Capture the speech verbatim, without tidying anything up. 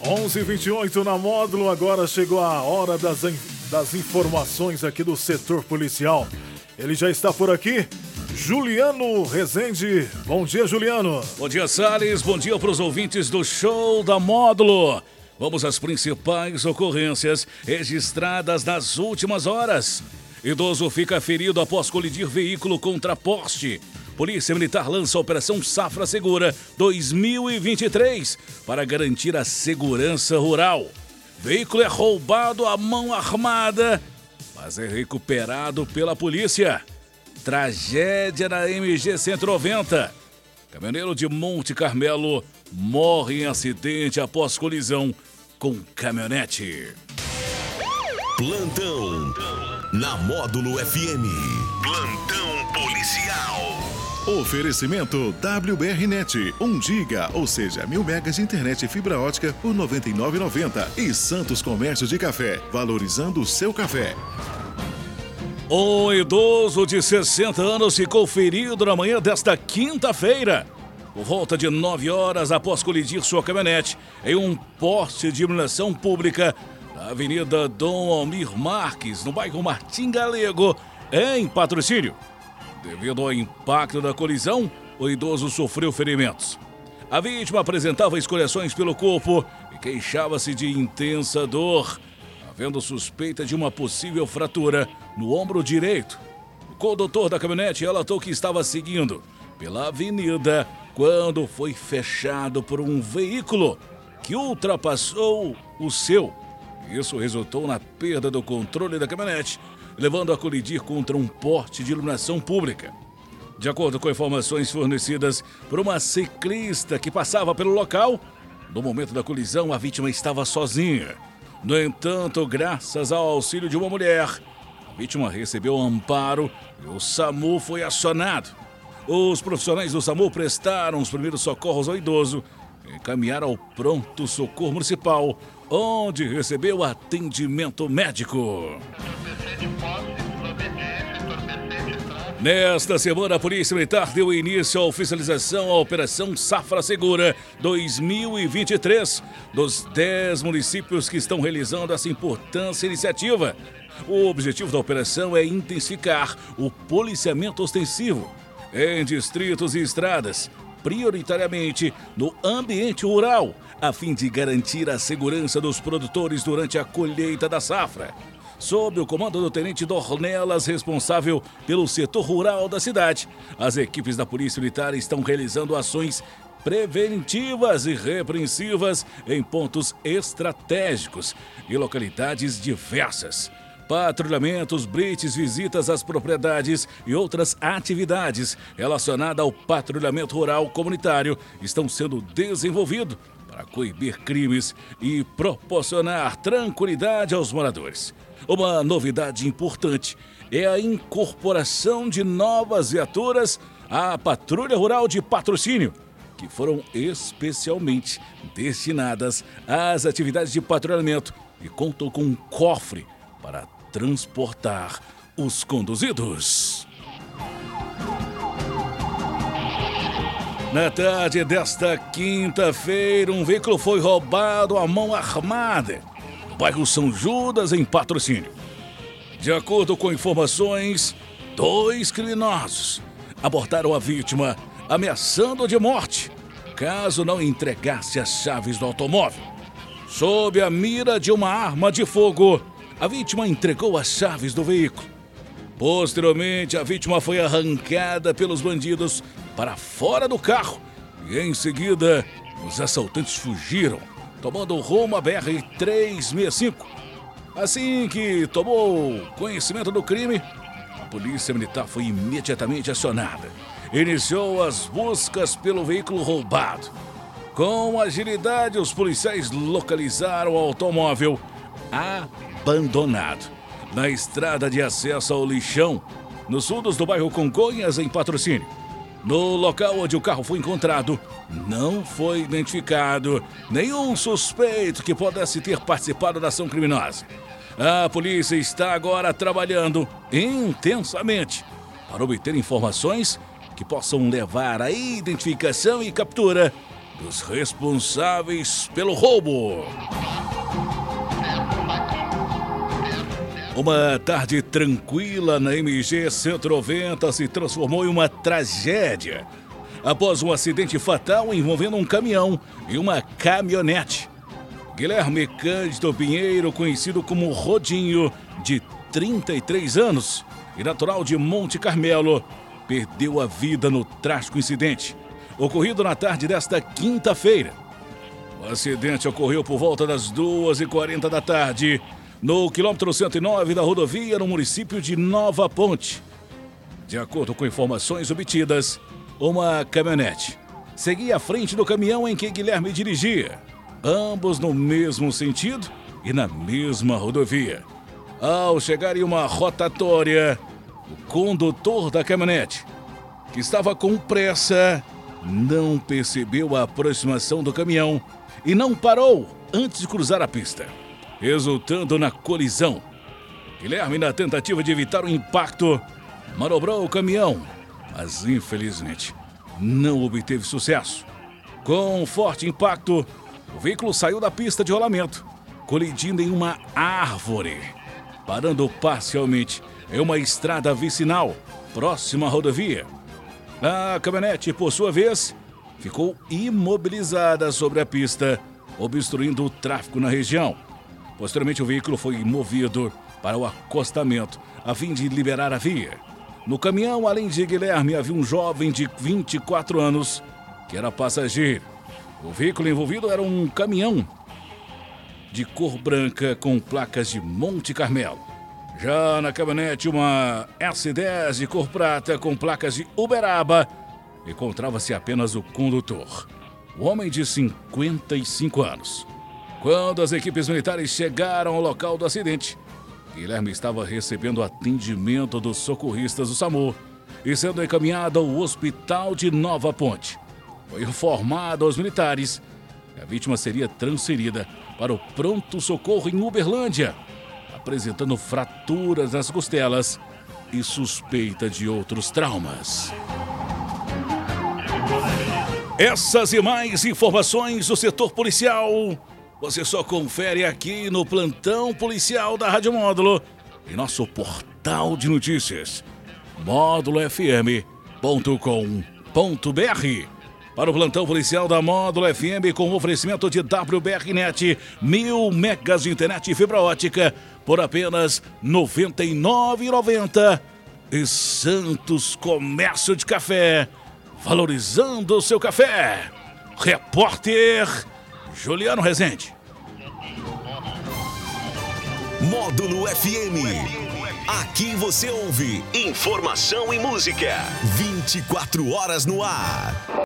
onze e vinte e oito na Módulo, agora chegou a hora das, das informações aqui do setor policial. Ele já está por aqui, Juliano Rezende. Bom dia, Juliano. Bom dia, Salles. Bom dia para os ouvintes do Show da Módulo. Vamos às principais ocorrências registradas nas últimas horas. Idoso fica ferido após colidir veículo contra poste. Polícia Militar lança a Operação Safra Segura dois mil e vinte e três para garantir a segurança rural. Veículo é roubado à mão armada, mas é recuperado pela polícia. Tragédia na M G cento e noventa. Caminhoneiro de Monte Carmelo morre em acidente após colisão com caminhonete. Plantão na Módulo F M. Plantão policial. Oferecimento W B R Net, um giga, ou seja, mil megas de internet e fibra ótica por noventa e nove reais e noventa centavos. E Santos Comércio de Café, valorizando o seu café. Um idoso de sessenta anos ficou ferido na manhã desta quinta-feira. Por volta de nove horas, após colidir sua caminhonete em um poste de iluminação pública na Avenida Dom Almir Marques, no bairro Martim Galego, em Patrocínio. Devido ao impacto da colisão, o idoso sofreu ferimentos. A vítima apresentava escoriações pelo corpo e queixava-se de intensa dor, havendo suspeita de uma possível fratura no ombro direito. O condutor da caminhonete relatou que estava seguindo pela avenida quando foi fechado por um veículo que ultrapassou o seu. Isso resultou na perda do controle da caminhonete, levando a colidir contra um poste de iluminação pública. De acordo com informações fornecidas por uma ciclista que passava pelo local, no momento da colisão a vítima estava sozinha. No entanto, graças ao auxílio de uma mulher, a vítima recebeu amparo e o SAMU foi acionado. Os profissionais do SAMU prestaram os primeiros socorros ao idoso e encaminharam ao pronto-socorro municipal, onde recebeu atendimento médico. Nesta semana, a Polícia Militar deu início à oficialização à Operação Safra Segura dois mil e vinte e três, dos dez municípios que estão realizando essa importante iniciativa. O objetivo da operação é intensificar o policiamento ostensivo em distritos e estradas, prioritariamente no ambiente rural, a fim de garantir a segurança dos produtores durante a colheita da safra. Sob o comando do Tenente Dornelas, responsável pelo setor rural da cidade, as equipes da Polícia Militar estão realizando ações preventivas e repreensivas em pontos estratégicos e localidades diversas. Patrulhamentos, blitz, visitas às propriedades e outras atividades relacionadas ao patrulhamento rural comunitário estão sendo desenvolvidos para coibir crimes e proporcionar tranquilidade aos moradores. Uma novidade importante é a incorporação de novas viaturas à Patrulha Rural de Patrocínio, que foram especialmente destinadas às atividades de patrulhamento e contam com um cofre para transportar os conduzidos. Na tarde desta quinta-feira, um veículo foi roubado à mão armada no bairro São Judas, em Patrocínio. De acordo com informações, dois criminosos abordaram a vítima, ameaçando de morte caso não entregasse as chaves do automóvel. Sob a mira de uma arma de fogo, a vítima entregou as chaves do veículo. Posteriormente, a vítima foi arrancada pelos bandidos para fora do carro e, em seguida, os assaltantes fugiram, tomando rumo à B R trezentos e sessenta e cinco. Assim que tomou conhecimento do crime, a Polícia Militar foi imediatamente acionada. Iniciou as buscas pelo veículo roubado. Com agilidade, os policiais localizaram o automóvel abandonado na estrada de acesso ao lixão, nos fundos do bairro Congonhas, em Patrocínio. No local onde o carro foi encontrado, não foi identificado nenhum suspeito que pudesse ter participado da ação criminosa. A polícia está agora trabalhando intensamente para obter informações que possam levar à identificação e captura dos responsáveis pelo roubo. Uma tarde tranquila na M G cento e noventa se transformou em uma tragédia após um acidente fatal envolvendo um caminhão e uma caminhonete. Guilherme Cândido Pinheiro, conhecido como Rodinho, de trinta e três anos e natural de Monte Carmelo, perdeu a vida no trágico incidente ocorrido na tarde desta quinta-feira. O acidente ocorreu por volta das duas e quarenta da tarde, no quilômetro cento e nove da rodovia, no município de Nova Ponte. De acordo com informações obtidas, uma caminhonete seguia à frente do caminhão em que Guilherme dirigia, ambos no mesmo sentido e na mesma rodovia. Ao chegar em uma rotatória, o condutor da caminhonete, que estava com pressa, não percebeu a aproximação do caminhão e não parou antes de cruzar a pista, resultando na colisão. Guilherme, na tentativa de evitar o impacto, manobrou o caminhão, mas infelizmente não obteve sucesso. Com um forte impacto, o veículo saiu da pista de rolamento, colidindo em uma árvore, parando parcialmente em uma estrada vicinal próxima à rodovia. A caminhonete, por sua vez, ficou imobilizada sobre a pista, obstruindo o tráfego na região. Posteriormente, o veículo foi movido para o acostamento, a fim de liberar a via. No caminhão, além de Guilherme, havia um jovem de vinte e quatro anos, que era passageiro. O veículo envolvido era um caminhão de cor branca com placas de Monte Carmelo. Já na caminhonete, uma S dez de cor prata com placas de Uberaba, encontrava-se apenas o condutor, o homem de cinquenta e cinco anos. Quando as equipes militares chegaram ao local do acidente, Guilherme estava recebendo atendimento dos socorristas do SAMU e sendo encaminhado ao Hospital de Nova Ponte. Foi informado aos militares que a vítima seria transferida para o pronto-socorro em Uberlândia, apresentando fraturas nas costelas e suspeita de outros traumas. Essas e mais informações do setor policial você só confere aqui no Plantão Policial da Rádio Módulo e nosso portal de notícias, módulo f m ponto com ponto b r. Para o Plantão Policial da Módulo F M com oferecimento de W B R Net, mil megas de internet e fibra ótica por apenas noventa e nove reais e noventa centavos. E Santos Comércio de Café, valorizando o seu café. Repórter Juliano Rezende. Módulo F M. Aqui você ouve informação e música. vinte e quatro horas no ar.